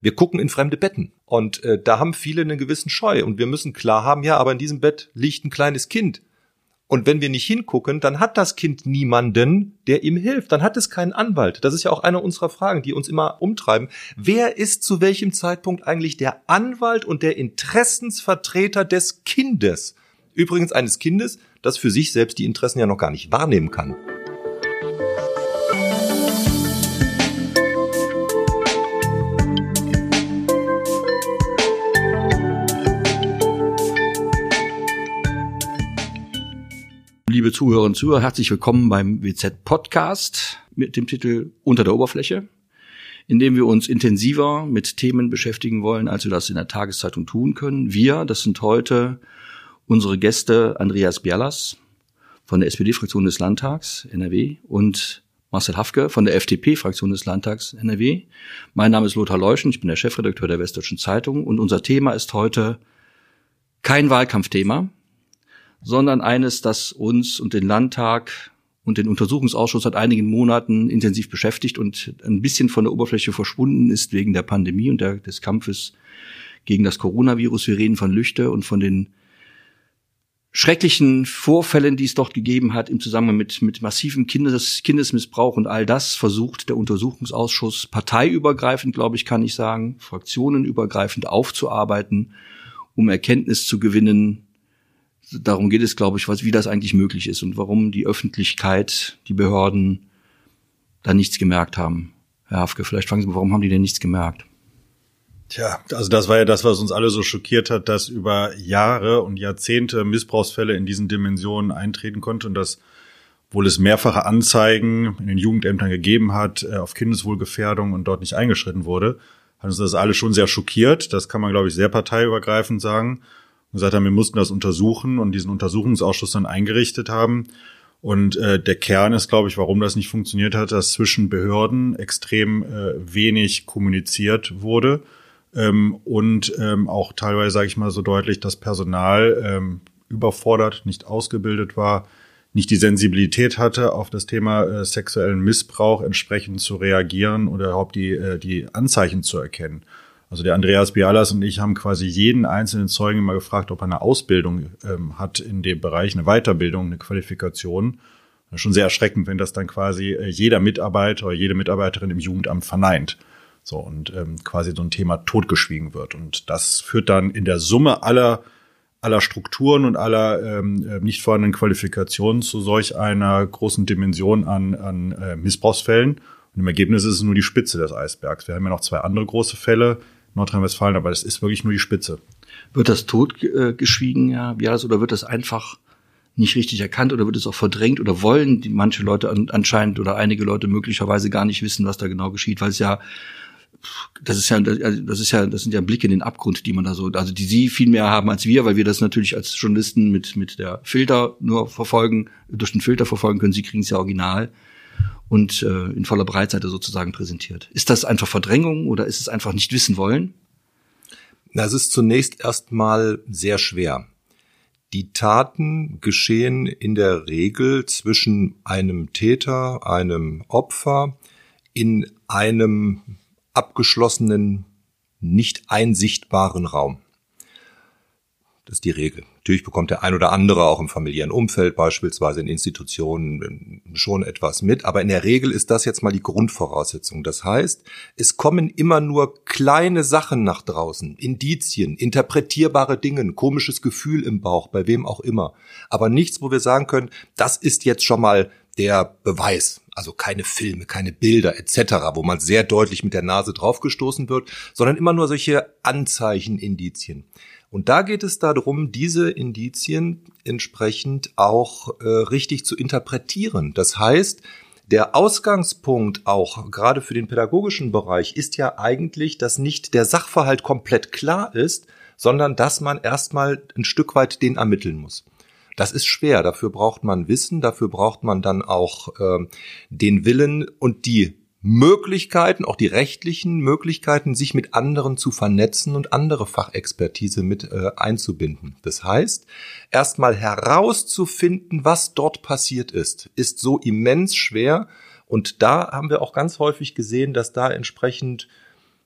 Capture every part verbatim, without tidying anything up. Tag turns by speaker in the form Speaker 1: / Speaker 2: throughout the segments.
Speaker 1: Wir gucken in fremde Betten und äh, da haben viele einen gewissen Scheu und wir müssen klar haben, ja, aber in diesem Bett liegt ein kleines Kind. Und wenn wir nicht hingucken, dann hat das Kind niemanden, der ihm hilft. Dann hat es keinen Anwalt. Das ist ja auch eine unserer Fragen, die uns immer umtreiben. Wer ist zu welchem Zeitpunkt eigentlich der Anwalt und der Interessensvertreter des Kindes? Übrigens eines Kindes, das für sich selbst die Interessen ja noch gar nicht wahrnehmen kann.
Speaker 2: Liebe Zuhörerinnen und Zuhörer, herzlich willkommen beim W Z-Podcast mit dem Titel Unter der Oberfläche, in dem wir uns intensiver mit Themen beschäftigen wollen, als wir das in der Tageszeitung tun können. Wir, das sind heute unsere Gäste Andreas Bialas von der S P D-Fraktion des Landtags N R W und Marcel Hafke von der F D P-Fraktion des Landtags N R W. Mein Name ist Lothar Leuschen, ich bin der Chefredakteur der Westdeutschen Zeitung und unser Thema ist heute kein Wahlkampfthema, sondern eines, das uns und den Landtag und den Untersuchungsausschuss seit einigen Monaten intensiv beschäftigt und ein bisschen von der Oberfläche verschwunden ist wegen der Pandemie und der, des Kampfes gegen das Coronavirus. Wir reden von Lüchte und von den schrecklichen Vorfällen, die es dort gegeben hat im Zusammenhang mit, mit massivem Kindes, Kindesmissbrauch, und all das versucht der Untersuchungsausschuss parteiübergreifend, glaube ich, kann ich sagen, fraktionenübergreifend aufzuarbeiten, um Erkenntnis zu gewinnen. Darum geht es, glaube ich, was, wie das eigentlich möglich ist und warum die Öffentlichkeit, die Behörden da nichts gemerkt haben. Herr Hafke, vielleicht fragen Sie mal, warum haben die denn nichts gemerkt?
Speaker 3: Tja, also das war ja das, was uns alle so schockiert hat, dass über Jahre und Jahrzehnte Missbrauchsfälle in diesen Dimensionen eintreten konnten und dass, obwohl es mehrfache Anzeigen in den Jugendämtern gegeben hat auf Kindeswohlgefährdung und dort nicht eingeschritten wurde, hat uns das alle schon sehr schockiert. Das kann man, glaube ich, sehr parteiübergreifend sagen. Und gesagt haben, wir mussten das untersuchen und diesen Untersuchungsausschuss dann eingerichtet haben. Und äh, der Kern ist, glaube ich, warum das nicht funktioniert hat, dass zwischen Behörden extrem äh, wenig kommuniziert wurde ähm, und ähm, auch teilweise, sage ich mal so deutlich, das Personal ähm, überfordert, nicht ausgebildet war, nicht die Sensibilität hatte, auf das Thema äh, sexuellen Missbrauch entsprechend zu reagieren oder überhaupt die, äh, die Anzeichen zu erkennen. Also der Andreas Bialas und ich haben quasi jeden einzelnen Zeugen immer gefragt, ob er eine Ausbildung ähm, hat in dem Bereich, eine Weiterbildung, eine Qualifikation. Das ist schon sehr erschreckend, wenn das dann quasi äh, jeder Mitarbeiter oder jede Mitarbeiterin im Jugendamt verneint. So und ähm, quasi so ein Thema totgeschwiegen wird. Und das führt dann in der Summe aller aller Strukturen und aller ähm, nicht vorhandenen Qualifikationen zu solch einer großen Dimension an an äh, Missbrauchsfällen. Und im Ergebnis ist es nur die Spitze des Eisbergs. Wir haben ja noch zwei andere große Fälle, Nordrhein-Westfalen, aber das ist wirklich nur die Spitze.
Speaker 2: Wird das totgeschwiegen, ja, Bialas, oder wird das einfach nicht richtig erkannt oder wird es auch verdrängt oder wollen die manche Leute an, anscheinend oder einige Leute möglicherweise gar nicht wissen, was da genau geschieht, weil es ja, das ist ja, das ist ja, das sind ja Blicke in den Abgrund, die man da so, also die Sie viel mehr haben als wir, weil wir das natürlich als Journalisten mit mit der Filter nur verfolgen, durch den Filter verfolgen können. Sie kriegen es ja original und äh, in voller Breitseite sozusagen präsentiert. Ist das einfach Verdrängung oder ist es einfach nicht wissen wollen?
Speaker 1: Na, es ist zunächst erstmal sehr schwer. Die Taten geschehen in der Regel zwischen einem Täter, einem Opfer, in einem abgeschlossenen, nicht einsichtbaren Raum. Das ist die Regel. Natürlich bekommt der ein oder andere auch im familiären Umfeld, beispielsweise in Institutionen, schon etwas mit. Aber in der Regel ist das jetzt mal die Grundvoraussetzung. Das heißt, es kommen immer nur kleine Sachen nach draußen, Indizien, interpretierbare Dinge, komisches Gefühl im Bauch, bei wem auch immer. Aber nichts, wo wir sagen können, das ist jetzt schon mal der Beweis. Also keine Filme, keine Bilder et cetera, wo man sehr deutlich mit der Nase draufgestoßen wird, sondern immer nur solche Anzeichen, Indizien. Und da geht es darum, diese Indizien entsprechend auch äh, richtig zu interpretieren. Das heißt, der Ausgangspunkt auch gerade für den pädagogischen Bereich ist ja eigentlich, dass nicht der Sachverhalt komplett klar ist, sondern dass man erstmal ein Stück weit den ermitteln muss. Das ist schwer, dafür braucht man Wissen, dafür braucht man dann auch äh, den Willen und die Möglichkeiten, auch die rechtlichen Möglichkeiten, sich mit anderen zu vernetzen und andere Fachexpertise mit äh, einzubinden. Das heißt, erstmal herauszufinden, was dort passiert ist, ist so immens schwer. Und da haben wir auch ganz häufig gesehen, dass da entsprechend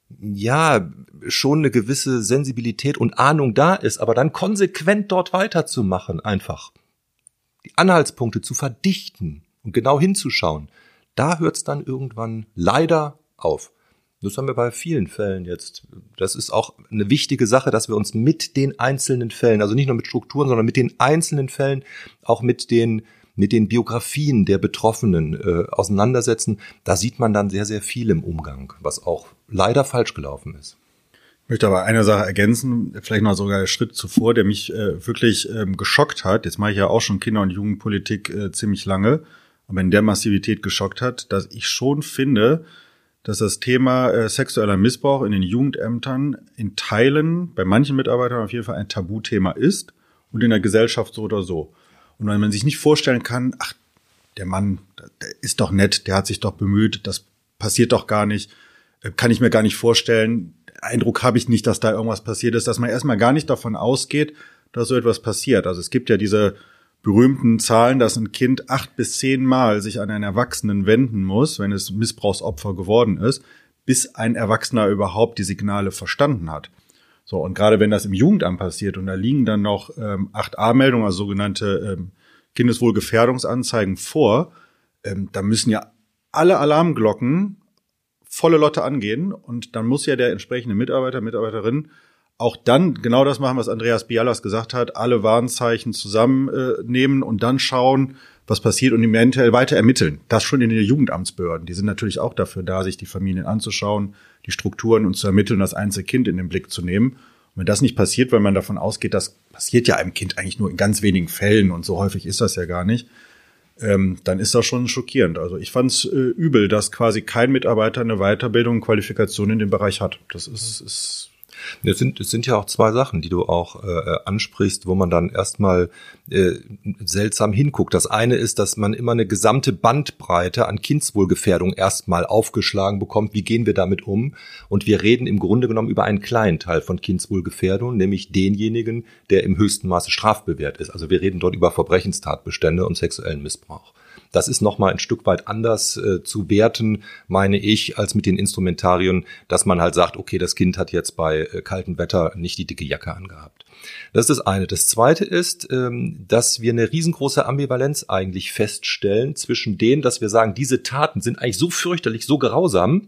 Speaker 1: ja, schon eine gewisse Sensibilität und Ahnung da ist, aber dann konsequent dort weiterzumachen einfach. Die Anhaltspunkte zu verdichten und genau hinzuschauen, da hört es dann irgendwann leider auf. Das haben wir bei vielen Fällen jetzt. Das ist auch eine wichtige Sache, dass wir uns mit den einzelnen Fällen, also nicht nur mit Strukturen, sondern mit den einzelnen Fällen, auch mit den mit den Biografien der Betroffenen äh, auseinandersetzen. Da sieht man dann sehr, sehr viel im Umgang, was auch leider falsch gelaufen ist.
Speaker 3: Ich möchte aber eine Sache ergänzen, vielleicht noch sogar einen Schritt zuvor, der mich äh, wirklich ähm, geschockt hat. Jetzt mache ich ja auch schon Kinder- und Jugendpolitik äh, ziemlich lange, aber in der Massivität geschockt hat, dass ich schon finde, dass das Thema äh, sexueller Missbrauch in den Jugendämtern in Teilen, bei manchen Mitarbeitern auf jeden Fall ein Tabuthema ist und in der Gesellschaft so oder so. Und wenn man sich nicht vorstellen kann, ach, der Mann, der ist doch nett, der hat sich doch bemüht, das passiert doch gar nicht, kann ich mir gar nicht vorstellen, Eindruck habe ich nicht, dass da irgendwas passiert ist, dass man erstmal gar nicht davon ausgeht, dass so etwas passiert. Also es gibt ja diese berühmten Zahlen, dass ein Kind acht bis zehn Mal sich an einen Erwachsenen wenden muss, wenn es Missbrauchsopfer geworden ist, bis ein Erwachsener überhaupt die Signale verstanden hat. So, und gerade wenn das im Jugendamt passiert und da liegen dann noch ähm, acht A-Meldungen, also sogenannte ähm, Kindeswohlgefährdungsanzeigen vor, ähm, da müssen ja alle Alarmglocken volle Lotte angehen und dann muss ja der entsprechende Mitarbeiter, Mitarbeiterin auch dann genau das machen, was Andreas Bialas gesagt hat, alle Warnzeichen zusammennehmen äh, und dann schauen, was passiert und eventuell weiter ermitteln. Das schon in den Jugendamtsbehörden. Die sind natürlich auch dafür da, sich die Familien anzuschauen, die Strukturen und zu ermitteln, das Einzelkind in den Blick zu nehmen. Und wenn das nicht passiert, weil man davon ausgeht, das passiert ja einem Kind eigentlich nur in ganz wenigen Fällen und so häufig ist das ja gar nicht, ähm, dann ist das schon schockierend. Also ich fand es äh, übel, dass quasi kein Mitarbeiter eine Weiterbildung und Qualifikation in dem Bereich hat. Das ist, ist
Speaker 1: Es sind, es sind ja auch zwei Sachen, die du auch äh, ansprichst, wo man dann erstmal äh, seltsam hinguckt. Das eine ist, dass man immer eine gesamte Bandbreite an Kindswohlgefährdung erstmal aufgeschlagen bekommt. Wie gehen wir damit um? Und wir reden im Grunde genommen über einen kleinen Teil von Kindswohlgefährdung, nämlich denjenigen, der im höchsten Maße strafbewehrt ist. Also wir reden dort über Verbrechenstatbestände und sexuellen Missbrauch. Das ist nochmal ein Stück weit anders äh, zu werten, meine ich, als mit den Instrumentarien, dass man halt sagt, okay, das Kind hat jetzt bei äh, kaltem Wetter nicht die dicke Jacke angehabt. Das ist das eine. Das zweite ist, ähm, dass wir eine riesengroße Ambivalenz eigentlich feststellen zwischen dem, dass wir sagen, diese Taten sind eigentlich so fürchterlich, so grausam,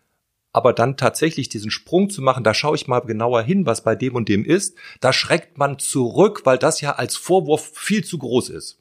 Speaker 1: aber dann tatsächlich diesen Sprung zu machen, da schaue ich mal genauer hin, was bei dem und dem ist, da schreckt man zurück, weil das ja als Vorwurf viel zu groß ist.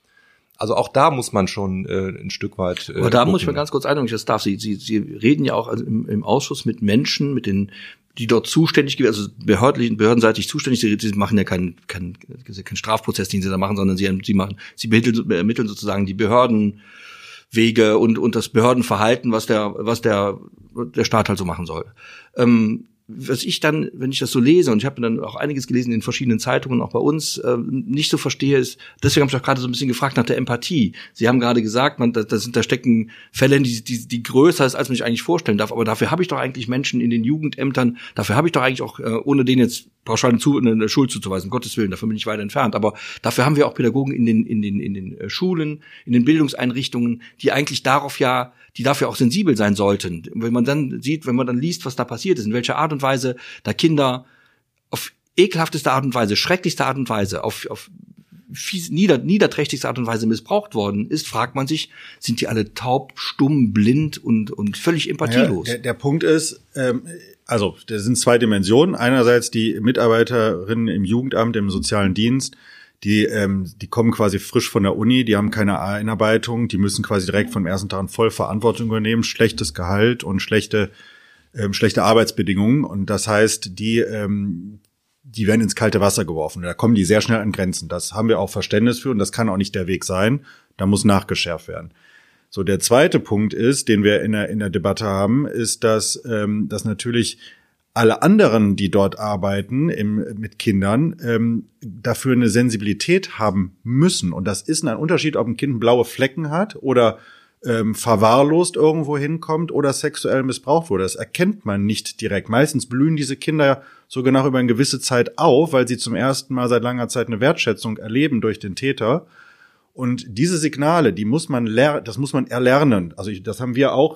Speaker 1: Also auch da muss man schon äh, ein Stück weit. Äh,
Speaker 2: Aber da
Speaker 1: gucken.
Speaker 2: muss ich mal ganz kurz einhaken, das darf Sie, Sie, Sie reden ja auch also im, im Ausschuss mit Menschen, mit den, die dort zuständig gewesen, also behördlich, behördenseitig zuständig, Sie, Sie machen ja keinen keinen keinen Strafprozess, den Sie da machen, sondern Sie, Sie machen, Sie ermitteln sozusagen die Behördenwege und und das Behördenverhalten, was der was der der Staat halt so machen soll. Ähm, was ich dann, wenn ich das so lese, und ich habe dann auch einiges gelesen in verschiedenen Zeitungen, auch bei uns, äh, nicht so verstehe, ist, deswegen habe ich auch gerade so ein bisschen gefragt nach der Empathie. Sie haben gerade gesagt, man, da, da, sind, da stecken Fälle, die, die, die größer ist, als man sich eigentlich vorstellen darf, aber dafür habe ich doch eigentlich Menschen in den Jugendämtern, dafür habe ich doch eigentlich auch, äh, ohne denen jetzt pauschal eine, zu, eine Schuld zuzuweisen, um Gottes Willen, dafür bin ich weit entfernt, aber dafür haben wir auch Pädagogen in den, in den, in den äh, Schulen, in den Bildungseinrichtungen, die eigentlich darauf ja, die dafür auch sensibel sein sollten. Wenn man dann sieht, wenn man dann liest, was da passiert ist, in welcher Art und Weise da Kinder auf ekelhafteste Art und Weise, schrecklichste Art und Weise, auf, auf fies, nieder, niederträchtigste Art und Weise missbraucht worden ist, fragt man sich, sind die alle taub, stumm, blind und, und völlig empathielos?
Speaker 3: Ja, der, der Punkt ist, ähm, also das sind zwei Dimensionen. Einerseits die Mitarbeiterinnen im Jugendamt, im sozialen Dienst, die ähm, die kommen quasi frisch von der Uni, die haben keine Einarbeitung, die müssen quasi direkt vom ersten Tag an voll Verantwortung übernehmen, schlechtes Gehalt und schlechte ähm, schlechte Arbeitsbedingungen. Und das heißt, die ähm, die werden ins kalte Wasser geworfen. Da kommen die sehr schnell an Grenzen. Das haben wir auch Verständnis für und das kann auch nicht der Weg sein. Da muss nachgeschärft werden. So, der zweite Punkt ist, den wir in der in der Debatte haben, ist, dass ähm, dass natürlich alle anderen, die dort arbeiten im, mit Kindern, ähm, dafür eine Sensibilität haben müssen. Und das ist ein Unterschied, ob ein Kind blaue Flecken hat oder ähm, verwahrlost irgendwo hinkommt oder sexuell missbraucht wurde. Das erkennt man nicht direkt. Meistens blühen diese Kinder sogar nach über eine gewisse Zeit auf, weil sie zum ersten Mal seit langer Zeit eine Wertschätzung erleben durch den Täter. Und diese Signale, die muss man lernen, das muss man erlernen. Also ich, das haben wir auch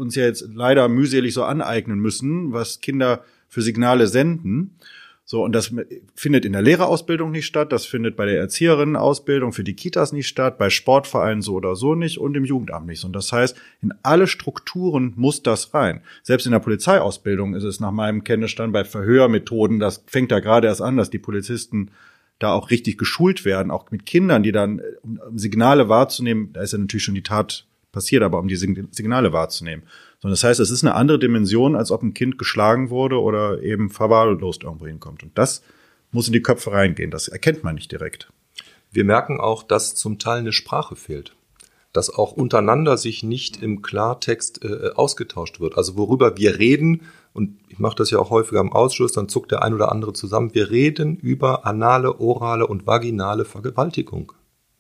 Speaker 3: uns ja jetzt leider mühselig so aneignen müssen, was Kinder für Signale senden. So, und das findet in der Lehrerausbildung nicht statt, das findet bei der Erzieherinnenausbildung für die Kitas nicht statt, bei Sportvereinen so oder so nicht und im Jugendamt nicht. Und das heißt, in alle Strukturen muss das rein. Selbst in der Polizeiausbildung ist es nach meinem Kenntnisstand bei Verhörmethoden, das fängt da gerade erst an, dass die Polizisten da auch richtig geschult werden, auch mit Kindern, die dann, um Signale wahrzunehmen, da ist ja natürlich schon die Tat passiert, aber um die Signale wahrzunehmen. Sondern das heißt, es ist eine andere Dimension, als ob ein Kind geschlagen wurde oder eben verwahrlost irgendwo hinkommt. Und das muss in die Köpfe reingehen. Das erkennt man nicht direkt.
Speaker 1: Wir merken auch, dass zum Teil eine Sprache fehlt. Dass auch untereinander sich nicht im Klartext äh, ausgetauscht wird. Also worüber wir reden, und ich mache das ja auch häufiger im Ausschuss, dann zuckt der ein oder andere zusammen. Wir reden über anale, orale und vaginale Vergewaltigung.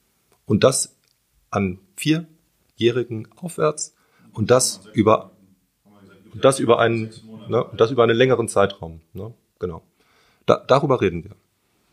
Speaker 1: Und das an Vierjährigen aufwärts. Und das über, und das über einen, ne, das über einen längeren Zeitraum, ne, genau. Da, darüber reden wir.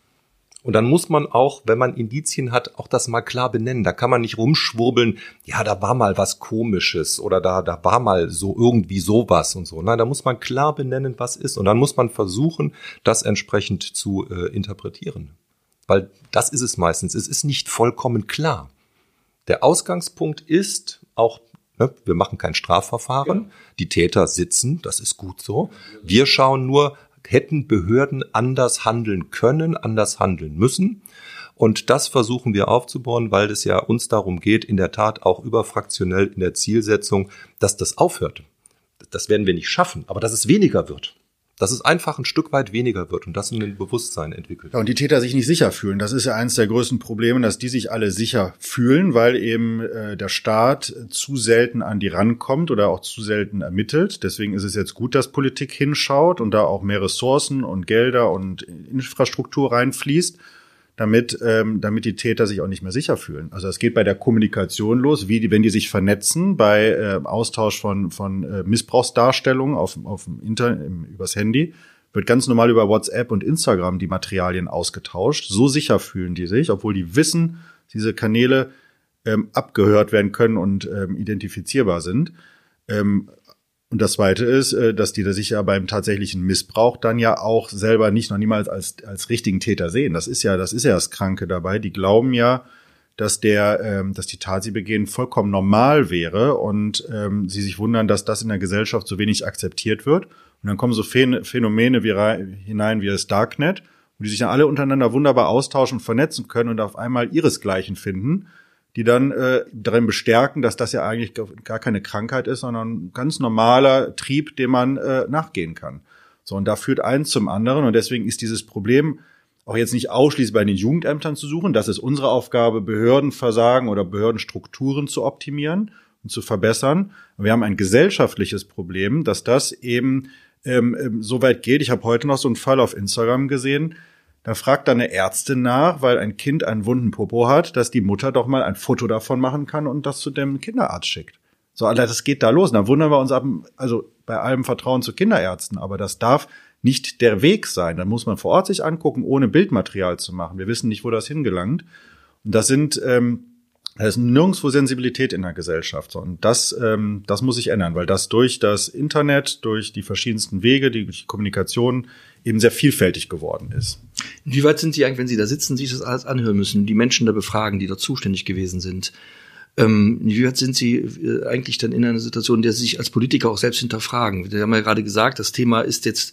Speaker 1: Und dann muss man auch, wenn man Indizien hat, auch das mal klar benennen. Da kann man nicht rumschwurbeln, ja, da war mal was Komisches oder da, da war mal so irgendwie sowas und so. Nein, da muss man klar benennen, was ist. Und dann muss man versuchen, das entsprechend zu äh, interpretieren. Weil das ist es meistens. Es ist nicht vollkommen klar. Der Ausgangspunkt ist auch, wir machen kein Strafverfahren, ja. Die Täter sitzen, das ist gut so. Wir schauen nur, hätten Behörden anders handeln können, anders handeln müssen. Und das versuchen wir aufzubauen, weil es ja uns darum geht, in der Tat auch überfraktionell in der Zielsetzung, dass das aufhört. Das werden wir nicht schaffen, aber dass es weniger wird. Dass es einfach ein Stück weit weniger wird und das in ein Bewusstsein entwickelt.
Speaker 3: Ja, und die Täter sich nicht sicher fühlen. Das ist ja eines der größten Probleme, dass die sich alle sicher fühlen, weil eben äh, der Staat zu selten an die rankommt oder auch zu selten ermittelt. Deswegen ist es jetzt gut, dass Politik hinschaut und da auch mehr Ressourcen und Gelder und Infrastruktur reinfließt, damit ähm, damit die Täter sich auch nicht mehr sicher fühlen. Also es geht bei der Kommunikation los, wie die, wenn die sich vernetzen, bei äh, Austausch von von äh, Missbrauchsdarstellungen auf auf dem Internet, im, übers Handy, wird ganz normal über WhatsApp und Instagram die Materialien ausgetauscht. So sicher fühlen die sich, obwohl die wissen, diese Kanäle ähm, abgehört werden können und ähm, identifizierbar sind. Ähm, Und das Zweite ist, dass die sich ja beim tatsächlichen Missbrauch dann ja auch selber nicht noch niemals als als richtigen Täter sehen. Das ist ja das ist ja das Kranke dabei. Die glauben ja, dass der dass die Tat, sie begehen, vollkommen normal wäre und ähm, sie sich wundern, dass das in der Gesellschaft so wenig akzeptiert wird. Und dann kommen so Phänomene wie rein, hinein wie das Darknet, wo die sich dann alle untereinander wunderbar austauschen und vernetzen können und auf einmal ihresgleichen finden, die dann äh, darin bestärken, dass das ja eigentlich gar keine Krankheit ist, sondern ein ganz normaler Trieb, dem man äh, nachgehen kann. So, und da führt eins zum anderen. Und deswegen ist dieses Problem auch jetzt nicht ausschließlich bei den Jugendämtern zu suchen. Das ist unsere Aufgabe, Behördenversagen oder Behördenstrukturen zu optimieren und zu verbessern. Und wir haben ein gesellschaftliches Problem, dass das eben ähm, so weit geht. Ich habe heute noch so einen Fall auf Instagram gesehen. Da fragt dann eine Ärztin nach, weil ein Kind einen wunden Popo hat, dass die Mutter doch mal ein Foto davon machen kann und das zu dem Kinderarzt schickt. So, Alter, das geht da los. Und dann wundern wir uns ab, also bei allem Vertrauen zu Kinderärzten, aber das darf nicht der Weg sein. Da muss man vor Ort sich angucken, ohne Bildmaterial zu machen. Wir wissen nicht, wo das hingelangt. Und das sind, ähm, das ist nirgendwo Sensibilität in der Gesellschaft. Und das, ähm, das muss sich ändern, weil das durch das Internet, durch die verschiedensten Wege, die, die Kommunikation eben sehr vielfältig geworden ist.
Speaker 2: Inwieweit sind Sie eigentlich, wenn Sie da sitzen, sich das alles anhören müssen, die Menschen da befragen, die da zuständig gewesen sind? Ähm, inwieweit sind Sie äh, eigentlich dann in einer Situation, in der Sie sich als Politiker auch selbst hinterfragen? Wir haben ja gerade gesagt, das Thema ist jetzt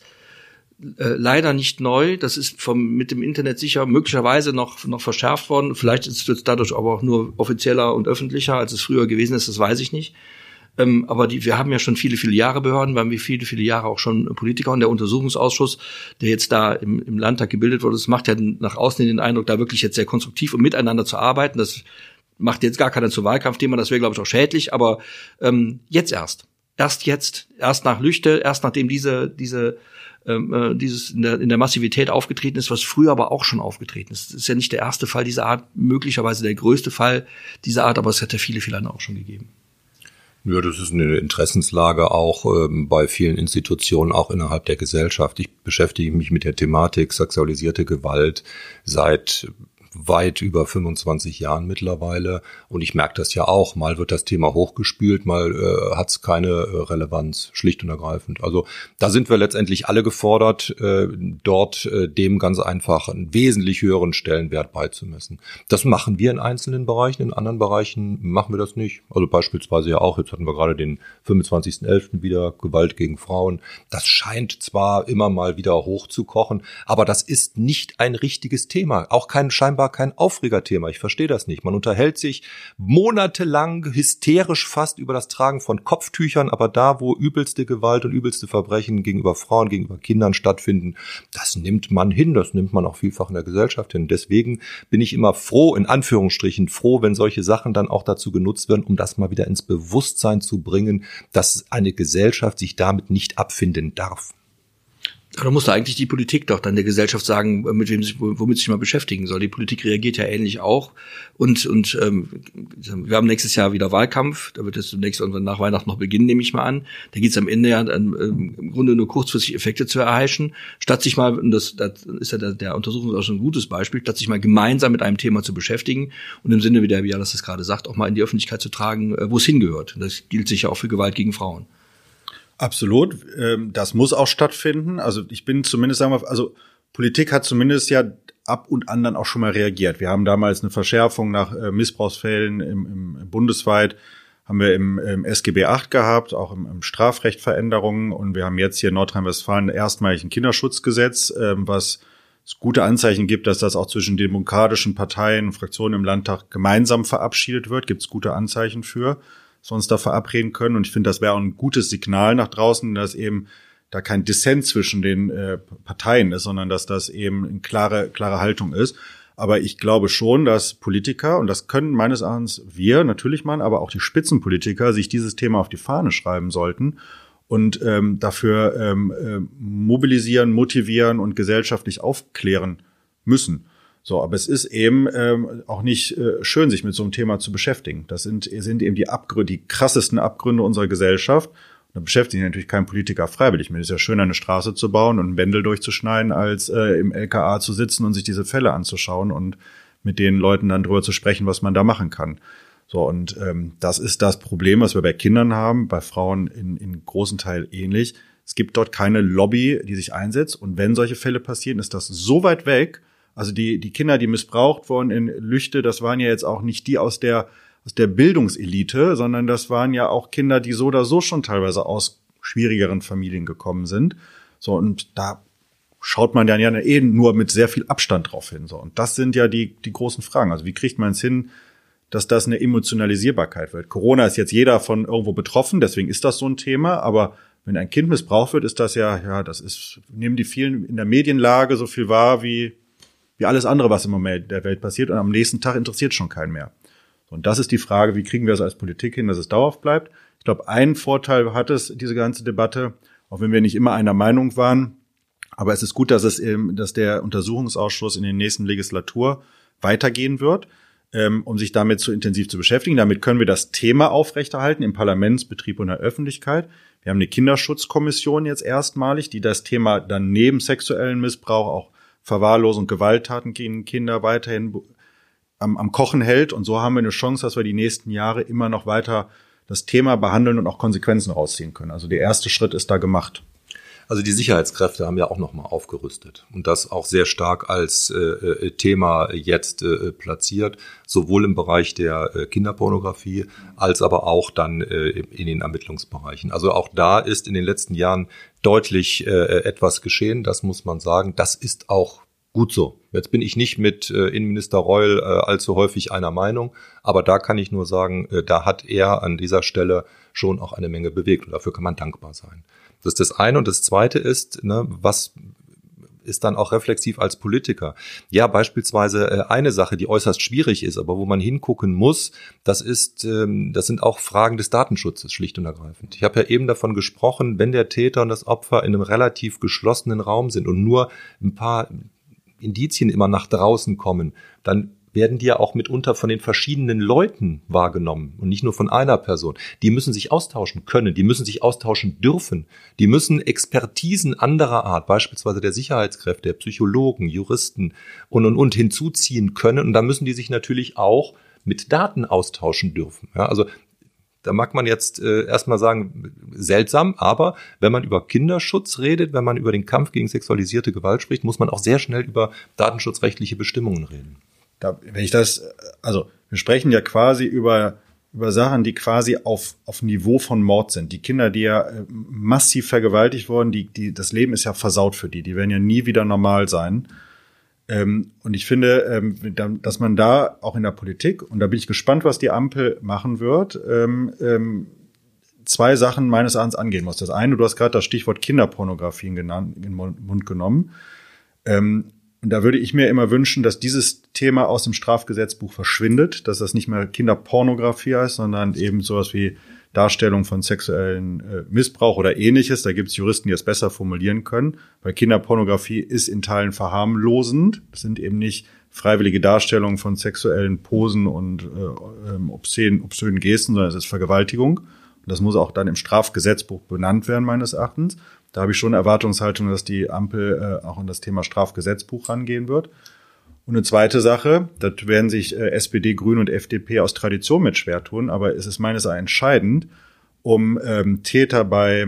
Speaker 2: äh, leider nicht neu. Das ist vom mit dem Internet sicher möglicherweise noch noch verschärft worden. Vielleicht ist es dadurch aber auch nur offizieller und öffentlicher, als es früher gewesen ist. Das weiß ich nicht. Ähm, aber die, wir haben ja schon viele, viele Jahre Behörden, wir haben wie viele, viele Jahre auch schon Politiker und der Untersuchungsausschuss, der jetzt da im, im Landtag gebildet wurde, das macht ja nach außen den Eindruck, da wirklich jetzt sehr konstruktiv und miteinander zu arbeiten. Das macht jetzt gar keiner zu Wahlkampfthema, das wäre, glaube ich, auch schädlich, aber ähm, jetzt erst. Erst jetzt, erst nach Lüchte, erst nachdem diese, diese, ähm, dieses in der, in der Massivität aufgetreten ist, was früher aber auch schon aufgetreten ist. Das ist ja nicht der erste Fall dieser Art, möglicherweise der größte Fall dieser Art, aber es hat ja viele, viele andere auch schon gegeben.
Speaker 1: Ja, das ist eine Interessenslage auch ähm, bei vielen Institutionen, auch innerhalb der Gesellschaft. Ich beschäftige mich mit der Thematik sexualisierte Gewalt seit weit über fünfundzwanzig Jahren mittlerweile. Und ich merke das ja auch. Mal wird das Thema hochgespült, mal äh, hat es keine äh, Relevanz, schlicht und ergreifend. Also da sind wir letztendlich alle gefordert, äh, dort äh, dem ganz einfach einen wesentlich höheren Stellenwert beizumessen. Das machen wir in einzelnen Bereichen, in anderen Bereichen machen wir das nicht. Also beispielsweise ja auch, jetzt hatten wir gerade den fünfundzwanzigsten elften wieder, Gewalt gegen Frauen. Das scheint zwar immer mal wieder hochzukochen, aber das ist nicht ein richtiges Thema. Auch kein scheinbar kein Aufregerthema. Ich verstehe das nicht. Man unterhält sich monatelang hysterisch fast über das Tragen von Kopftüchern, aber da, wo übelste Gewalt und übelste Verbrechen gegenüber Frauen, gegenüber Kindern stattfinden, das nimmt man hin. Das nimmt man auch vielfach in der Gesellschaft hin. Deswegen bin ich immer froh, in Anführungsstrichen froh, wenn solche Sachen dann auch dazu genutzt werden, um das mal wieder ins Bewusstsein zu bringen, dass eine Gesellschaft sich damit nicht abfinden darf.
Speaker 2: Da muss da eigentlich die Politik doch dann der Gesellschaft sagen, mit wem sich, womit sich mal beschäftigen soll. Die Politik reagiert ja ähnlich auch. Und und ähm, wir haben nächstes Jahr wieder Wahlkampf. Da wird es demnächst irgendwann nach Weihnachten noch beginnen, nehme ich mal an. Da geht es am Ende ja dann, ähm, im Grunde nur kurzfristig Effekte zu erheischen. Statt sich mal, und das, das ist ja der, der Untersuchungsausschuss ein gutes Beispiel, statt sich mal gemeinsam mit einem Thema zu beschäftigen und im Sinne, wie der Vialis das gerade sagt, auch mal in die Öffentlichkeit zu tragen, wo es hingehört. Das gilt sicher auch für Gewalt gegen Frauen.
Speaker 3: Absolut, das muss auch stattfinden. Also ich bin zumindest, sagen wir, also Politik hat zumindest ja ab und an dann auch schon mal reagiert. Wir haben damals eine Verschärfung nach Missbrauchsfällen im, im bundesweit, haben wir im, im S G B acht gehabt, auch im, im Strafrecht Veränderungen. Und wir haben jetzt hier in Nordrhein-Westfalen erstmalig ein Kinderschutzgesetz, was gute Anzeichen gibt, dass das auch zwischen demokratischen Parteien und Fraktionen im Landtag gemeinsam verabschiedet wird. Gibt es gute Anzeichen für. Sonst da verabreden können. Und ich finde, das wäre auch ein gutes Signal nach draußen, dass eben da kein Dissens zwischen den äh, Parteien ist, sondern dass das eben eine klare, klare Haltung ist. Aber ich glaube schon, dass Politiker, und das können meines Erachtens wir natürlich machen, aber auch die Spitzenpolitiker sich dieses Thema auf die Fahne schreiben sollten und ähm, dafür ähm, äh, mobilisieren, motivieren und gesellschaftlich aufklären müssen. So, aber es ist eben ähm, auch nicht äh, schön, sich mit so einem Thema zu beschäftigen. Das sind, sind eben die Abgründe, die krassesten Abgründe unserer Gesellschaft. Und da beschäftigt sich natürlich kein Politiker freiwillig mit. Es ist ja schön, eine Straße zu bauen und einen Bändel durchzuschneiden, als äh, im L K A zu sitzen und sich diese Fälle anzuschauen und mit den Leuten dann drüber zu sprechen, was man da machen kann. So, und ähm, das ist das Problem, was wir bei Kindern haben, bei Frauen in, in großen Teil ähnlich. Es gibt dort keine Lobby, die sich einsetzt. Und wenn solche Fälle passieren, ist das so weit weg. Also die die Kinder, die missbraucht wurden in Lüchte, das waren ja jetzt auch nicht die aus der aus der Bildungselite, sondern das waren ja auch Kinder, die so oder so schon teilweise aus schwierigeren Familien gekommen sind. So, und da schaut man dann ja eh nur mit sehr viel Abstand drauf hin. So, und das sind ja die die großen Fragen. Also wie kriegt man es hin, dass das eine Emotionalisierbarkeit wird? Corona ist jetzt jeder von irgendwo betroffen, deswegen ist das so ein Thema, aber wenn ein Kind missbraucht wird, ist das ja, ja, das ist, nehmen die vielen in der Medienlage so viel wahr wie wie alles andere, was im Moment der Welt passiert, und am nächsten Tag interessiert schon keinen mehr. Und das ist die Frage, wie kriegen wir es als Politik hin, dass es dauerhaft bleibt? Ich glaube, einen Vorteil hat es, diese ganze Debatte, auch wenn wir nicht immer einer Meinung waren, aber es ist gut, dass es eben, dass der Untersuchungsausschuss in der nächsten Legislatur weitergehen wird, ähm, um sich damit so intensiv zu beschäftigen. Damit können wir das Thema aufrechterhalten im Parlamentsbetrieb und der Öffentlichkeit. Wir haben eine Kinderschutzkommission jetzt erstmalig, die das Thema dann neben sexuellen Missbrauch auch Verwahrlosung, Gewalttaten gegen Kinder weiterhin am, am Kochen hält. Und so haben wir eine Chance, dass wir die nächsten Jahre immer noch weiter das Thema behandeln und auch Konsequenzen rausziehen können. Also der erste Schritt ist da gemacht.
Speaker 1: Also die Sicherheitskräfte haben ja auch nochmal aufgerüstet und das auch sehr stark als äh, Thema jetzt äh, platziert, sowohl im Bereich der äh, Kinderpornografie als aber auch dann äh, in den Ermittlungsbereichen. Also auch da ist in den letzten Jahren deutlich äh, etwas geschehen, das muss man sagen. Das ist auch gut so. Jetzt bin ich nicht mit äh, Innenminister Reul äh, allzu häufig einer Meinung, aber da kann ich nur sagen, äh, da hat er an dieser Stelle schon auch eine Menge bewegt und dafür kann man dankbar sein. Das ist das eine. Und das zweite ist, ne, was ist dann auch reflexiv als Politiker? Ja, beispielsweise äh, eine Sache, die äußerst schwierig ist, aber wo man hingucken muss, das ist, ähm, das sind auch Fragen des Datenschutzes, schlicht und ergreifend. Ich habe ja eben davon gesprochen, wenn der Täter und das Opfer in einem relativ geschlossenen Raum sind und nur ein paar Indizien immer nach draußen kommen, dann werden die ja auch mitunter von den verschiedenen Leuten wahrgenommen und nicht nur von einer Person. Die müssen sich austauschen können, die müssen sich austauschen dürfen. Die müssen Expertisen anderer Art, beispielsweise der Sicherheitskräfte, der Psychologen, Juristen und, und, und hinzuziehen können. Und da müssen die sich natürlich auch mit Daten austauschen dürfen. Ja, also da mag man jetzt äh, erstmal sagen, seltsam, aber wenn man über Kinderschutz redet, wenn man über den Kampf gegen sexualisierte Gewalt spricht, muss man auch sehr schnell über datenschutzrechtliche Bestimmungen reden.
Speaker 3: Da, wenn ich das, also wir sprechen ja quasi über über Sachen, die quasi auf auf Niveau von Mord sind. Die Kinder, die ja äh, massiv vergewaltigt wurden, die die das Leben ist ja versaut für die. Die werden ja nie wieder normal sein. Ähm, und ich finde, ähm, dass man da auch in der Politik, und da bin ich gespannt, was die Ampel machen wird, ähm, ähm, zwei Sachen meines Erachtens angehen muss. Das eine, du hast gerade das Stichwort Kinderpornografie genannt, in den Mund genommen. Ähm, und da würde ich mir immer wünschen, dass dieses Thema aus dem Strafgesetzbuch verschwindet, dass das nicht mehr Kinderpornografie heißt, sondern eben sowas wie Darstellung von sexuellen äh, Missbrauch oder Ähnliches. Da gibt es Juristen, die es besser formulieren können, weil Kinderpornografie ist in Teilen verharmlosend. Das sind eben nicht freiwillige Darstellungen von sexuellen Posen und äh, obszönen, obszönen Gesten, sondern es ist Vergewaltigung. Und das muss auch dann im Strafgesetzbuch benannt werden, meines Erachtens. Da habe ich schon Erwartungshaltung, dass die Ampel äh, auch an das Thema Strafgesetzbuch rangehen wird. Und eine zweite Sache, da werden sich äh, S P D, Grüne und F D P aus Tradition mit schwer tun, aber es ist meines Erachtens entscheidend, um ähm, Täter bei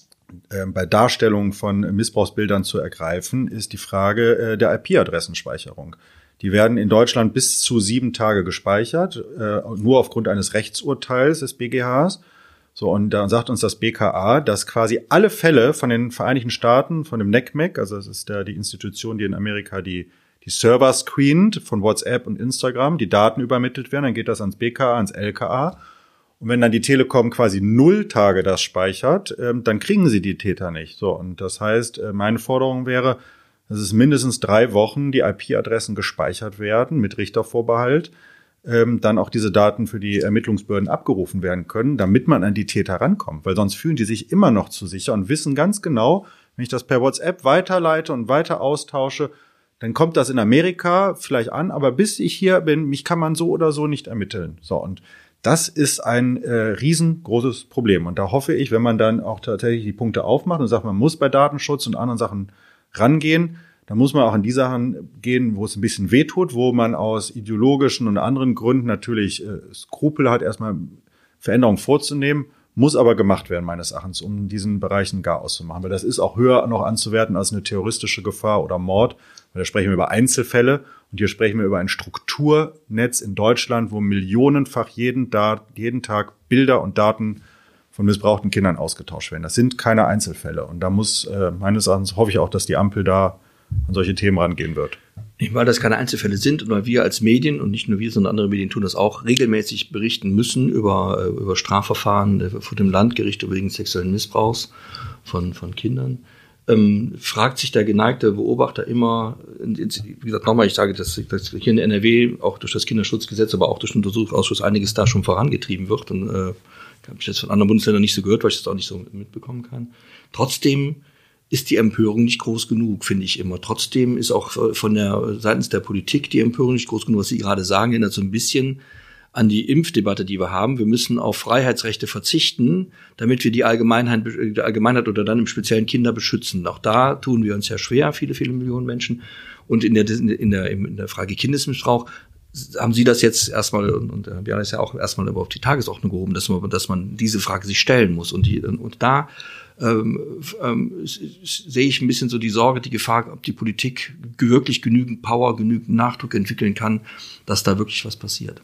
Speaker 3: äh, bei Darstellung von Missbrauchsbildern zu ergreifen, ist die Frage äh, der I P-Adressenspeicherung. Die werden in Deutschland bis zu sieben Tage gespeichert, äh, nur aufgrund eines Rechtsurteils des B G Hs. So, und da sagt uns das B K A, dass quasi alle Fälle von den Vereinigten Staaten, von dem N C M E C, also das ist da die Institution, die in Amerika die die Server screent von WhatsApp und Instagram, die Daten übermittelt werden, dann geht das ans B K A, ans L K A. Und wenn dann die Telekom quasi null Tage das speichert, ähm, dann kriegen sie die Täter nicht. So, und das heißt, äh, meine Forderung wäre, dass es mindestens drei Wochen die I P-Adressen gespeichert werden mit Richtervorbehalt, ähm, dann auch diese Daten für die Ermittlungsbehörden abgerufen werden können, damit man an die Täter rankommt. Weil sonst fühlen die sich immer noch zu sicher und wissen ganz genau, wenn ich das per WhatsApp weiterleite und weiter austausche, dann kommt das in Amerika vielleicht an, aber bis ich hier bin, mich kann man so oder so nicht ermitteln. So, und das ist ein äh, riesengroßes Problem. Und da hoffe ich, wenn man dann auch tatsächlich die Punkte aufmacht und sagt, man muss bei Datenschutz und anderen Sachen rangehen, dann muss man auch an die Sachen gehen, wo es ein bisschen wehtut, wo man aus ideologischen und anderen Gründen natürlich äh, Skrupel hat, erstmal Veränderungen vorzunehmen, muss aber gemacht werden, meines Erachtens, um diesen Bereichen gar auszumachen. Weil das ist auch höher noch anzuwerten als eine terroristische Gefahr oder Mord. Weil da sprechen wir über Einzelfälle und hier sprechen wir über ein Strukturnetz in Deutschland, wo millionenfach jeden, da- jeden Tag Bilder und Daten von missbrauchten Kindern ausgetauscht werden. Das sind keine Einzelfälle. Und da muss, äh, meines Erachtens, hoffe ich auch, dass die Ampel da an solche Themen rangehen wird.
Speaker 2: Weil das keine Einzelfälle sind und weil wir als Medien und nicht nur wir, sondern andere Medien tun das auch, regelmäßig berichten müssen über, über Strafverfahren vor dem Landgericht wegen sexuellen Missbrauchs von, von Kindern. Ähm, fragt sich der geneigte Beobachter immer, wie gesagt, nochmal, ich sage, dass, dass hier in der N R W auch durch das Kinderschutzgesetz, aber auch durch den Untersuchungsausschuss einiges da schon vorangetrieben wird. Und äh, habe ich das von anderen Bundesländern nicht so gehört, weil ich das auch nicht so mitbekommen kann. Trotzdem ist die Empörung nicht groß genug, finde ich immer. Trotzdem ist auch von der seitens der Politik die Empörung nicht groß genug, was Sie gerade sagen, erinnert so ein bisschen an die Impfdebatte, die wir haben. Wir müssen auf Freiheitsrechte verzichten, damit wir die Allgemeinheit, die Allgemeinheit oder dann im speziellen Kinder beschützen. Auch da tun wir uns ja schwer, viele, viele Millionen Menschen. Und in der, in der, in der Frage Kindesmissbrauch haben Sie das jetzt erstmal, und, und wir haben das ja auch erstmal auf die Tagesordnung gehoben, dass man, dass man diese Frage sich stellen muss. Und, die, und da ähm, ähm, sehe ich ein bisschen so die Sorge, die Gefahr, ob die Politik wirklich genügend Power, genügend Nachdruck entwickeln kann, dass da wirklich was passiert.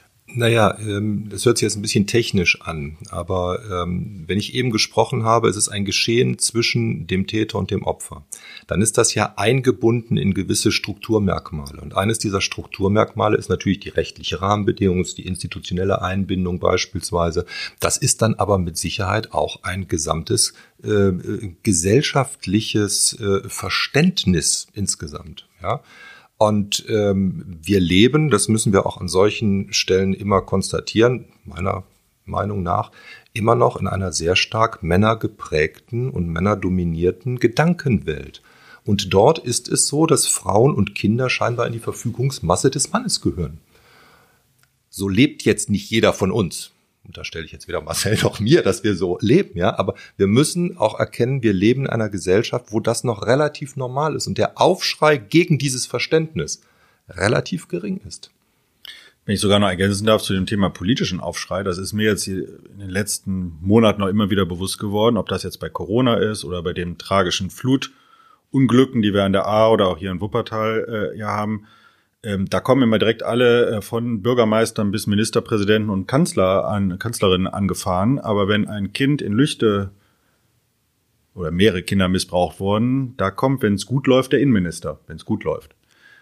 Speaker 1: Naja, ähm, das hört sich jetzt ein bisschen technisch an, aber ähm, wenn ich eben gesprochen habe, es ist ein Geschehen zwischen dem Täter und dem Opfer, dann ist das ja eingebunden in gewisse Strukturmerkmale. Und eines dieser Strukturmerkmale ist natürlich die rechtliche Rahmenbedingung, die institutionelle Einbindung beispielsweise. Das ist dann aber mit Sicherheit auch ein gesamtes äh, gesellschaftliches äh, Verständnis insgesamt, ja. Und ähm, wir leben, das müssen wir auch an solchen Stellen immer konstatieren, meiner Meinung nach, immer noch in einer sehr stark männergeprägten und männerdominierten Gedankenwelt. Und dort ist es so, dass Frauen und Kinder scheinbar in die Verfügungsmasse des Mannes gehören. So lebt jetzt nicht jeder von uns. Und da stelle ich jetzt wieder Marcel noch mir, dass wir so leben, ja. Aber wir müssen auch erkennen, wir leben in einer Gesellschaft, wo das noch relativ normal ist und der Aufschrei gegen dieses Verständnis relativ gering ist.
Speaker 3: Wenn ich sogar noch ergänzen darf zu dem Thema politischen Aufschrei, das ist mir jetzt in den letzten Monaten noch immer wieder bewusst geworden, ob das jetzt bei Corona ist oder bei den tragischen Flutunglücken, die wir an der Ahr oder auch hier in Wuppertal äh, ja haben. Ähm, da kommen immer direkt alle äh, von Bürgermeistern bis Ministerpräsidenten und Kanzler an, Kanzlerinnen angefahren. Aber wenn ein Kind in Lüchte oder mehrere Kinder missbraucht wurden, da kommt, wenn es gut läuft, der Innenminister, wenn es gut läuft.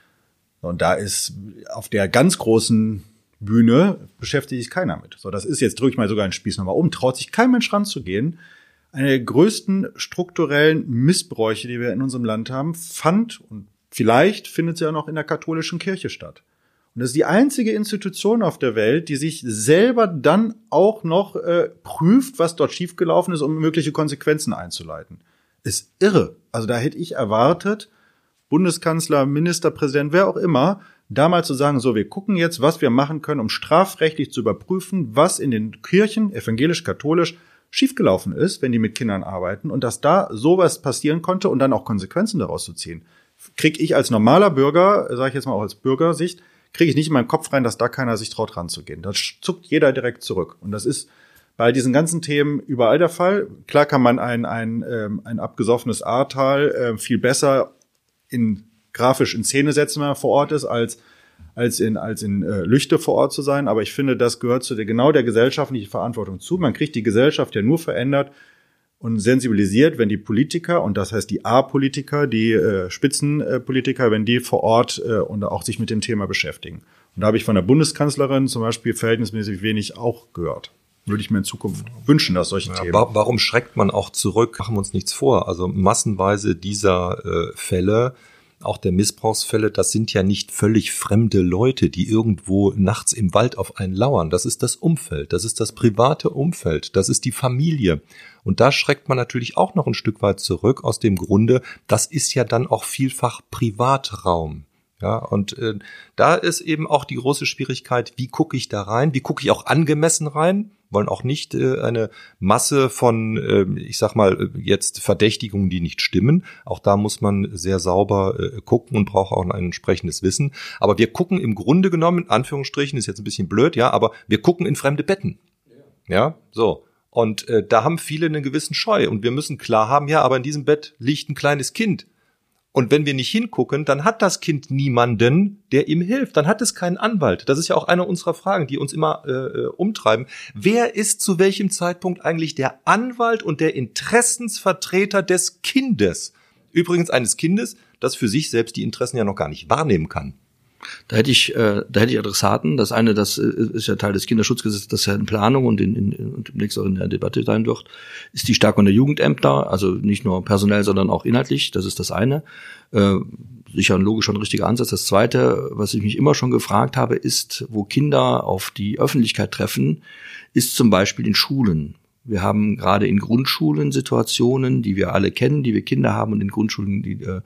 Speaker 3: Und da ist auf der ganz großen Bühne beschäftigt sich keiner mit. So, das ist jetzt, drücke ich mal sogar einen Spieß nochmal um, traut sich kein Mensch ranzugehen. Eine der größten strukturellen Missbräuche, die wir in unserem Land haben, fand und vielleicht findet sie ja noch in der katholischen Kirche statt. Und das ist die einzige Institution auf der Welt, die sich selber dann auch noch äh, prüft, was dort schiefgelaufen ist, um mögliche Konsequenzen einzuleiten. Ist irre. Also da hätte ich erwartet, Bundeskanzler, Ministerpräsident, wer auch immer, da mal zu sagen, so, wir gucken jetzt, was wir machen können, um strafrechtlich zu überprüfen, was in den Kirchen, evangelisch-katholisch, schiefgelaufen ist, wenn die mit Kindern arbeiten und dass da sowas passieren konnte und dann auch Konsequenzen daraus zu ziehen. Kriege ich als normaler Bürger, sage ich jetzt mal auch als Bürgersicht, kriege ich nicht in meinen Kopf rein, dass da keiner sich traut ranzugehen. Da zuckt jeder direkt zurück. Und das ist bei diesen ganzen Themen überall der Fall. Klar kann man ein, ein, ähm, ein abgesoffenes Ahrtal äh, viel besser in grafisch in Szene setzen, wenn man vor Ort ist, als als in als in äh, Lüchte vor Ort zu sein. Aber ich finde, das gehört zu der genau der gesellschaftlichen Verantwortung zu. Man kriegt die Gesellschaft ja nur verändert und sensibilisiert, wenn die Politiker, und das heißt die A-Politiker, die äh, Spitzenpolitiker, wenn die vor Ort äh, und auch sich mit dem Thema beschäftigen. Und da habe ich von der Bundeskanzlerin zum Beispiel verhältnismäßig wenig auch gehört. Würde ich mir in Zukunft wünschen, dass solche
Speaker 1: ja,
Speaker 3: Themen.
Speaker 1: Warum schreckt man auch zurück? Machen wir uns nichts vor. Also massenweise dieser äh, Fälle, auch der Missbrauchsfälle, das sind ja nicht völlig fremde Leute, die irgendwo nachts im Wald auf einen lauern. Das ist das Umfeld, das ist das private Umfeld, das ist die Familie. Und da schreckt man natürlich auch noch ein Stück weit zurück aus dem Grunde, das ist ja dann auch vielfach Privatraum. Ja, und äh, da ist eben auch die große Schwierigkeit, wie gucke ich da rein, wie gucke ich auch angemessen rein, wollen auch nicht äh, eine Masse von, äh, ich sag mal, jetzt Verdächtigungen, die nicht stimmen. Auch da muss man sehr sauber äh, gucken und braucht auch ein entsprechendes Wissen. Aber wir gucken im Grunde genommen, in Anführungsstrichen, ist jetzt ein bisschen blöd, ja, aber wir gucken in fremde Betten. Ja, ja so. Und äh, da haben viele einen gewissen Scheu. Und wir müssen klar haben, ja, aber in diesem Bett liegt ein kleines Kind. Und wenn wir nicht hingucken, dann hat das Kind niemanden, der ihm hilft. Dann hat es keinen Anwalt. Das ist ja auch eine unserer Fragen, die uns immer äh, umtreiben. Wer ist zu welchem Zeitpunkt eigentlich der Anwalt und der Interessensvertreter des Kindes? Übrigens eines Kindes, das für sich selbst die Interessen ja noch gar nicht wahrnehmen kann.
Speaker 2: Da hätte ich, äh, da hätte ich Adressaten. Das eine, das ist ja Teil des Kinderschutzgesetzes, das ja in Planung und, in, in, und demnächst auch in der Debatte sein wird, ist die Stärkung der Jugendämter, also nicht nur personell, sondern auch inhaltlich. Das ist das eine. Äh, sicher ein logischer und richtiger Ansatz. Das zweite, was ich mich immer schon gefragt habe, ist, wo Kinder auf die Öffentlichkeit treffen, ist zum Beispiel in Schulen. Wir haben gerade in Grundschulen Situationen, die wir alle kennen, die wir Kinder haben, und in Grundschulen, die äh,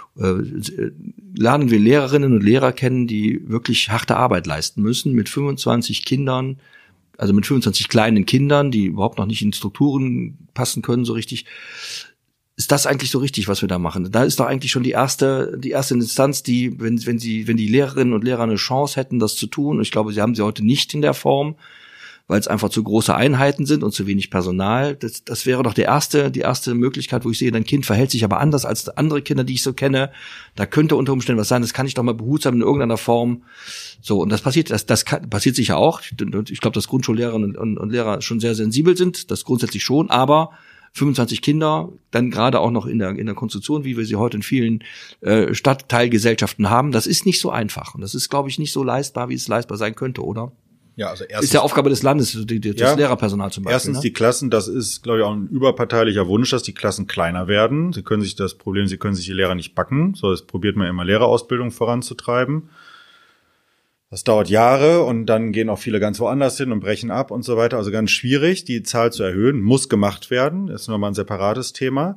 Speaker 2: äh, lernen wir Lehrerinnen und Lehrer kennen, die wirklich harte Arbeit leisten müssen, mit fünfundzwanzig Kindern, also mit fünfundzwanzig kleinen Kindern, die überhaupt noch nicht in Strukturen passen können so richtig. Ist das eigentlich so richtig, was wir da machen? Da ist doch eigentlich schon die erste, die erste Instanz, die, wenn, wenn sie, wenn die Lehrerinnen und Lehrer eine Chance hätten, das zu tun, und ich glaube, sie haben sie heute nicht in der Form, weil es einfach zu große Einheiten sind und zu wenig Personal. Das, das wäre doch die erste, die erste Möglichkeit, wo ich sehe, dein Kind verhält sich aber anders als andere Kinder, die ich so kenne. Da könnte unter Umständen was sein. Das kann ich doch mal behutsam in irgendeiner Form. So, und das passiert, das, das kann, passiert sicher auch. Ich glaube, dass Grundschullehrerinnen und, und, und Lehrer schon sehr sensibel sind. Das grundsätzlich schon. Aber fünfundzwanzig Kinder, dann gerade auch noch in der, in der Konstruktion, wie wir sie heute in vielen äh, Stadtteilgesellschaften haben, das ist nicht so einfach. Und das ist, glaube ich, nicht so leistbar, wie es leistbar sein könnte, oder?
Speaker 3: Ja, also erstens,
Speaker 2: ist ja Aufgabe des Landes, die, die, das ja, Lehrerpersonal zum Beispiel.
Speaker 3: Erstens
Speaker 2: ne?
Speaker 3: die Klassen, das ist, glaube ich, auch ein überparteilicher Wunsch, dass die Klassen kleiner werden. Sie können sich das Problem, sie können sich die Lehrer nicht backen. So, das probiert man immer, Lehrerausbildung voranzutreiben. Das dauert Jahre und dann gehen auch viele ganz woanders hin und brechen ab und so weiter. Also ganz schwierig, die Zahl zu erhöhen, muss gemacht werden. Das ist nochmal ein separates Thema.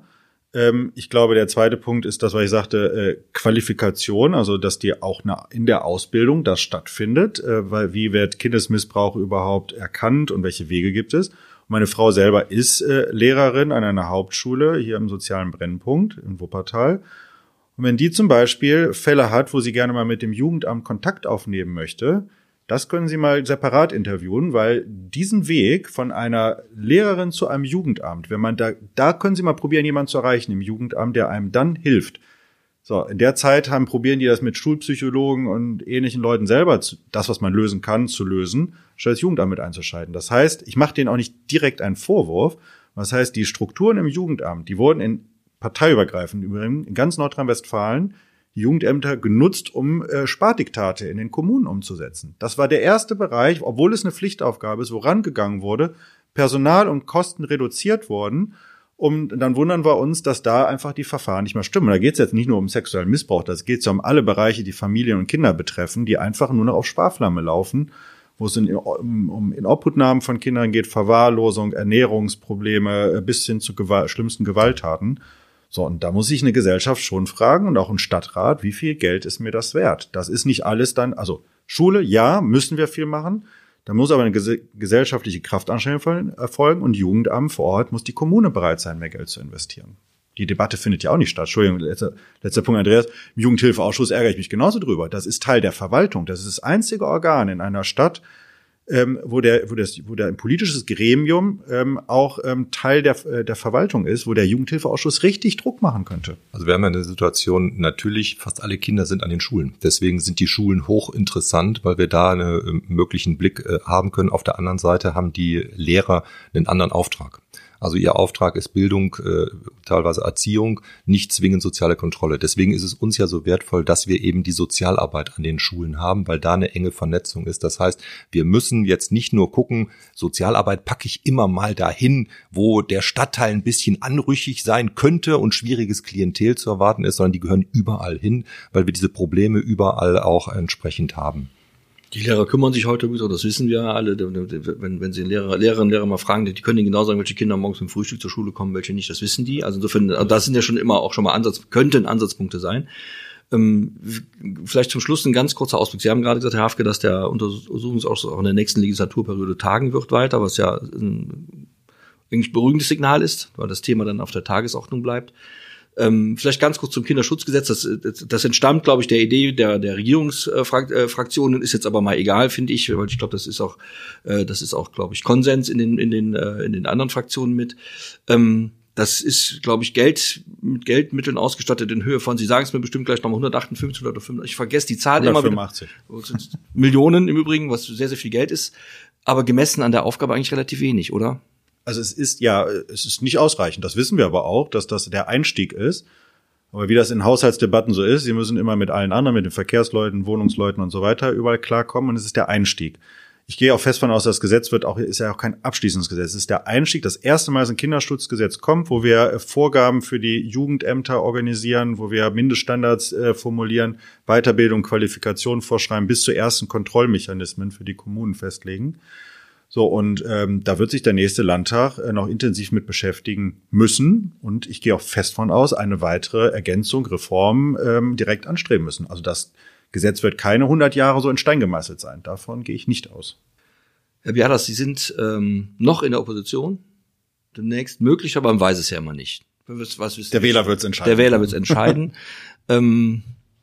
Speaker 3: Ähm, ich glaube, der zweite Punkt ist das, was ich sagte, äh, Qualifikation, also dass die auch in der Ausbildung das stattfindet, äh, weil wie wird Kindesmissbrauch überhaupt erkannt und welche Wege gibt es? Meine Frau selber ist äh, Lehrerin an einer Hauptschule hier im sozialen Brennpunkt in Wuppertal. Und wenn die zum Beispiel Fälle hat, wo sie gerne mal mit dem Jugendamt Kontakt aufnehmen möchte, das können Sie mal separat interviewen, weil diesen Weg von einer Lehrerin zu einem Jugendamt, wenn man da, da können Sie mal probieren, jemanden zu erreichen im Jugendamt, der einem dann hilft. So, in der Zeit haben, probieren die das mit Schulpsychologen und ähnlichen Leuten selber, zu, das, was man lösen kann, zu lösen, statt das Jugendamt mit einzuschalten. Das heißt, ich mache denen auch nicht direkt einen Vorwurf. Das heißt, die Strukturen im Jugendamt, die wurden in parteiübergreifend übrigens in ganz Nordrhein-Westfalen die Jugendämter genutzt, um äh, Spardiktate in den Kommunen umzusetzen. Das war der erste Bereich, obwohl es eine Pflichtaufgabe ist, woran gegangen wurde, Personal und Kosten reduziert wurden. Und dann wundern wir uns, dass da einfach die Verfahren nicht mehr stimmen. Da geht es jetzt nicht nur um sexuellen Missbrauch, da geht es ja um alle Bereiche, die Familien und Kinder betreffen, die einfach nur noch auf Sparflamme laufen, wo es in, um, um in Obhutnahmen von Kindern geht, Verwahrlosung, Ernährungsprobleme bis hin zu Gewalt, schlimmsten Gewalttaten. So, und da muss sich eine Gesellschaft schon fragen und auch ein Stadtrat, wie viel Geld ist mir das wert? Das ist nicht alles dann, also Schule, ja, müssen wir viel machen. Da muss aber eine ges- gesellschaftliche Kraftanstrengung erfolgen und Jugendamt vor Ort muss die Kommune bereit sein, mehr Geld zu investieren. Die Debatte findet ja auch nicht statt. Entschuldigung, letzter, letzter Punkt, Andreas. Im Jugendhilfeausschuss ärgere ich mich genauso drüber. Das ist Teil der Verwaltung. Das ist das einzige Organ in einer Stadt, Ähm, wo der, wo das, wo der ein politisches Gremium ähm, auch ähm, Teil der äh, der Verwaltung ist, wo der Jugendhilfeausschuss richtig Druck machen könnte.
Speaker 1: Also wir haben ja eine Situation, natürlich fast alle Kinder sind an den Schulen. Deswegen sind die Schulen hochinteressant, weil wir da einen äh, möglichen Blick äh, haben können. Auf der anderen Seite haben die Lehrer einen anderen Auftrag. Also ihr Auftrag ist Bildung, äh, teilweise Erziehung, nicht zwingend soziale Kontrolle. Deswegen ist es uns ja so wertvoll, dass wir eben die Sozialarbeit an den Schulen haben, weil da eine enge Vernetzung ist. Das heißt, wir müssen jetzt nicht nur gucken, Sozialarbeit packe ich immer mal dahin, wo der Stadtteil ein bisschen anrüchig sein könnte und schwieriges Klientel zu erwarten ist, sondern die gehören überall hin, weil wir diese Probleme überall auch entsprechend haben.
Speaker 2: Die Lehrer kümmern sich heute, das wissen wir alle, wenn, wenn sie Lehrer, Lehrerinnen und Lehrer mal fragen, die können ihnen genau sagen, welche Kinder morgens mit dem Frühstück zur Schule kommen, welche nicht, das wissen die. Also insofern, das sind ja schon immer auch schon mal Ansatz, könnten Ansatzpunkte sein. Ähm, vielleicht zum Schluss ein ganz kurzer Ausblick. Sie haben gerade gesagt, Herr Hafke, dass der Untersuchungsausschuss auch in der nächsten Legislaturperiode tagen wird weiter, was ja ein eigentlich beruhigendes Signal ist, weil das Thema dann auf der Tagesordnung bleibt. Ähm, vielleicht ganz kurz zum Kinderschutzgesetz. Das, das, das entstammt, glaube ich, der Idee der, der Regierungsfraktionen, ist jetzt aber mal egal, finde ich, weil ich glaube, das ist auch, äh, das ist auch, glaube ich, Konsens in den, in den, äh, in den anderen Fraktionen mit. Ähm, das ist, glaube ich, Geld, mit Geldmitteln ausgestattet in Höhe von, Sie sagen es mir bestimmt gleich nochmal, hundertachtundfünfzig oder fünfundachtzig, ich vergesse die Zahl
Speaker 3: hundertfünfundachtzig.
Speaker 2: Immer wieder. Millionen im Übrigen, was sehr, sehr viel Geld ist, aber gemessen an der Aufgabe eigentlich relativ wenig, oder?
Speaker 3: Also es ist ja, es ist nicht ausreichend. Das wissen wir aber auch, dass das der Einstieg ist. Aber wie das in Haushaltsdebatten so ist, sie müssen immer mit allen anderen, mit den Verkehrsleuten, Wohnungsleuten und so weiter überall klarkommen. Und es ist der Einstieg. Ich gehe auch fest von aus, das Gesetz wird auch, ist ja auch kein abschließendes Gesetz. Es ist der Einstieg. Das erste Mal, dass ein Kinderschutzgesetz kommt, wo wir Vorgaben für die Jugendämter organisieren, wo wir Mindeststandards äh, formulieren, Weiterbildung, Qualifikation vorschreiben, bis zu ersten Kontrollmechanismen für die Kommunen festlegen. So, und ähm, da wird sich der nächste Landtag äh, noch intensiv mit beschäftigen müssen. Und ich gehe auch fest von aus, eine weitere Ergänzung, Reform ähm, direkt anstreben müssen. Also das Gesetz wird keine hundert Jahre so in Stein gemeißelt sein. Davon gehe ich nicht aus.
Speaker 2: Herr Bialas, Sie sind ähm, noch in der Opposition, demnächst möglich, aber man weiß es ja immer nicht. Was, was
Speaker 3: der Wähler wird es entscheiden.
Speaker 2: Der Wähler wird es entscheiden. ähm,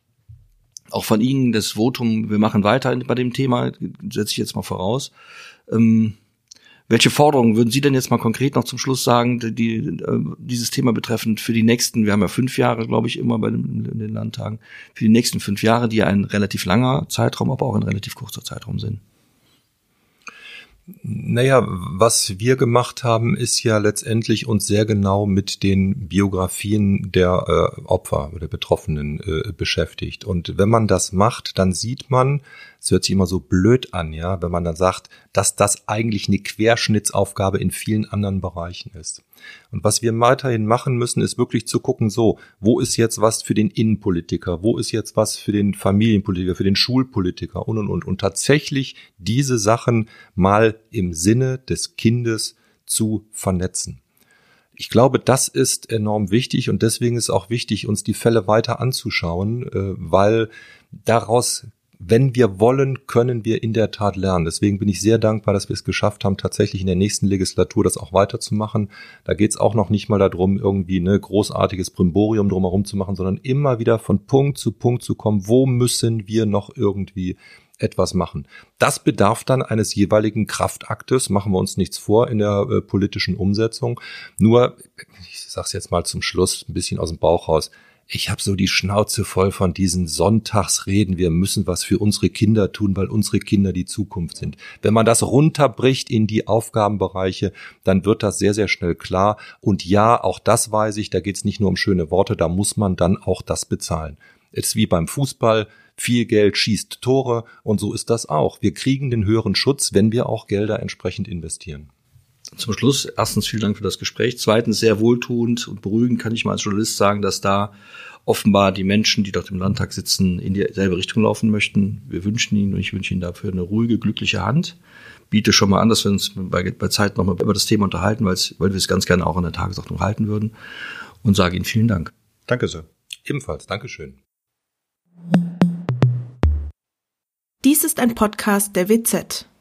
Speaker 2: auch von Ihnen das Votum, wir machen weiter bei dem Thema, setze ich jetzt mal voraus. Ähm, welche Forderungen würden Sie denn jetzt mal konkret noch zum Schluss sagen, die, die äh, dieses Thema betreffend für die nächsten, wir haben ja fünf Jahre, glaube ich, immer bei den, in den Landtagen, für die nächsten fünf Jahre, die ja ein relativ langer Zeitraum, aber auch ein relativ kurzer Zeitraum sind?
Speaker 1: Naja, was wir gemacht haben, ist ja letztendlich uns sehr genau mit den Biografien der äh, Opfer oder Betroffenen äh, beschäftigt. Und wenn man das macht, dann sieht man, es hört sich immer so blöd an, ja, wenn man dann sagt, dass das eigentlich eine Querschnittsaufgabe in vielen anderen Bereichen ist. Und was wir weiterhin machen müssen, ist wirklich zu gucken, so, wo ist jetzt was für den Innenpolitiker, wo ist jetzt was für den Familienpolitiker, für den Schulpolitiker und, und, und. Und tatsächlich diese Sachen mal im Sinne des Kindes zu vernetzen. Ich glaube, das ist enorm wichtig und deswegen ist auch wichtig, uns die Fälle weiter anzuschauen, weil daraus, wenn wir wollen, können wir in der Tat lernen. Deswegen bin ich sehr dankbar, dass wir es geschafft haben, tatsächlich in der nächsten Legislatur das auch weiterzumachen. Da geht es auch noch nicht mal darum, irgendwie ein großartiges Brimborium drumherum zu machen, sondern immer wieder von Punkt zu Punkt zu kommen, wo müssen wir noch irgendwie etwas machen. Das bedarf dann eines jeweiligen Kraftaktes, machen wir uns nichts vor in der äh, politischen Umsetzung. Nur, ich sage es jetzt mal zum Schluss, ein bisschen aus dem Bauch raus, ich habe so die Schnauze voll von diesen Sonntagsreden, wir müssen was für unsere Kinder tun, weil unsere Kinder die Zukunft sind. Wenn man das runterbricht in die Aufgabenbereiche, dann wird das sehr, sehr schnell klar. Und ja, auch das weiß ich, da geht es nicht nur um schöne Worte, da muss man dann auch das bezahlen. Es ist wie beim Fußball, viel Geld schießt Tore und so ist das auch. Wir kriegen den höheren Schutz, wenn wir auch Gelder entsprechend investieren.
Speaker 2: Zum Schluss, erstens vielen Dank für das Gespräch. Zweitens, sehr wohltuend und beruhigend kann ich mal als Journalist sagen, dass da offenbar die Menschen, die dort im Landtag sitzen, in dieselbe Richtung laufen möchten. Wir wünschen Ihnen und ich wünsche Ihnen dafür eine ruhige, glückliche Hand. Biete schon mal an, dass wir uns bei, bei Zeit nochmal über das Thema unterhalten, weil, weil wir es ganz gerne auch an der Tagesordnung halten würden. Und sage Ihnen vielen Dank.
Speaker 3: Danke sehr.
Speaker 1: Ebenfalls, Dankeschön.
Speaker 4: Dies ist ein Podcast der W Z.